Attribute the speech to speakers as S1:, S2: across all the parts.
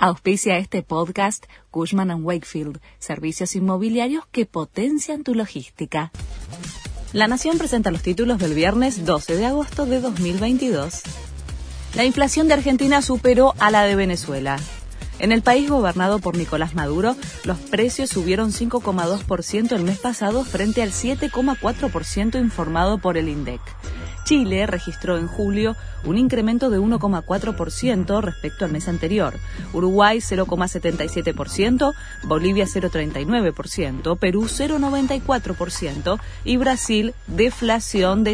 S1: Auspicia este podcast Cushman & Wakefield, servicios inmobiliarios que potencian tu logística. La Nación presenta los títulos del viernes 12 de agosto de 2022. La inflación de Argentina superó a la de Venezuela. En el país gobernado por Nicolás Maduro, los precios subieron 5,2% el mes pasado frente al 7,4% informado por el INDEC. Chile registró en julio un incremento de 1,4% respecto al mes anterior, Uruguay 0,77%, Bolivia 0,39%, Perú 0,94% y Brasil deflación de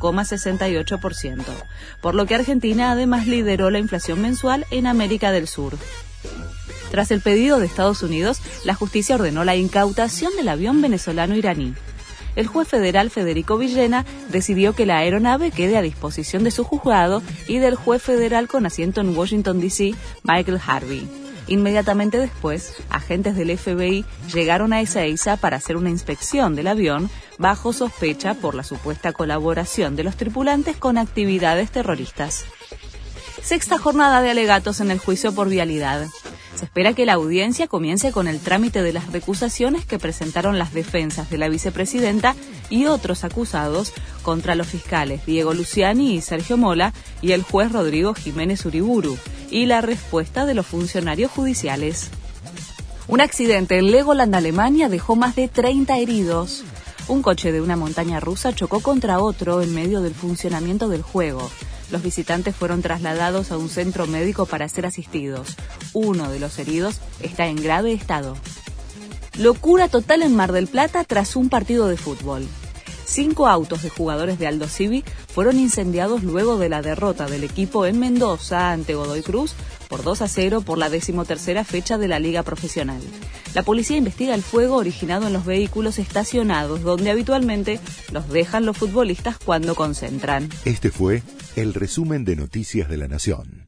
S1: 0,68%, por lo que Argentina además lideró la inflación mensual en América del Sur. Tras el pedido de Estados Unidos, la justicia ordenó la incautación del avión venezolano-iraní. El juez federal Federico Villena decidió que la aeronave quede a disposición de su juzgado y del juez federal con asiento en Washington, D.C., Michael Harvey. Inmediatamente después, agentes del FBI llegaron a Ezeiza para hacer una inspección del avión bajo sospecha por la supuesta colaboración de los tripulantes con actividades terroristas. Sexta jornada de alegatos en el juicio por vialidad. Se espera que la audiencia comience con el trámite de las recusaciones que presentaron las defensas de la vicepresidenta y otros acusados contra los fiscales Diego Luciani y Sergio Mola y el juez Rodrigo Jiménez Uriburu, y la respuesta de los funcionarios judiciales. Un accidente en Legoland, Alemania, dejó más de 30 heridos. Un coche de una montaña rusa chocó contra otro en medio del funcionamiento del juego. Los visitantes fueron trasladados a un centro médico para ser asistidos. Uno de los heridos está en grave estado. Locura total en Mar del Plata tras un partido de fútbol. 5 autos de jugadores de Aldosivi fueron incendiados luego de la derrota del equipo en Mendoza ante Godoy Cruz por 2-0 por la 13ª fecha de la Liga Profesional. La policía investiga el fuego originado en los vehículos estacionados, donde habitualmente los dejan los futbolistas cuando concentran.
S2: Este fue el resumen de Noticias de la Nación.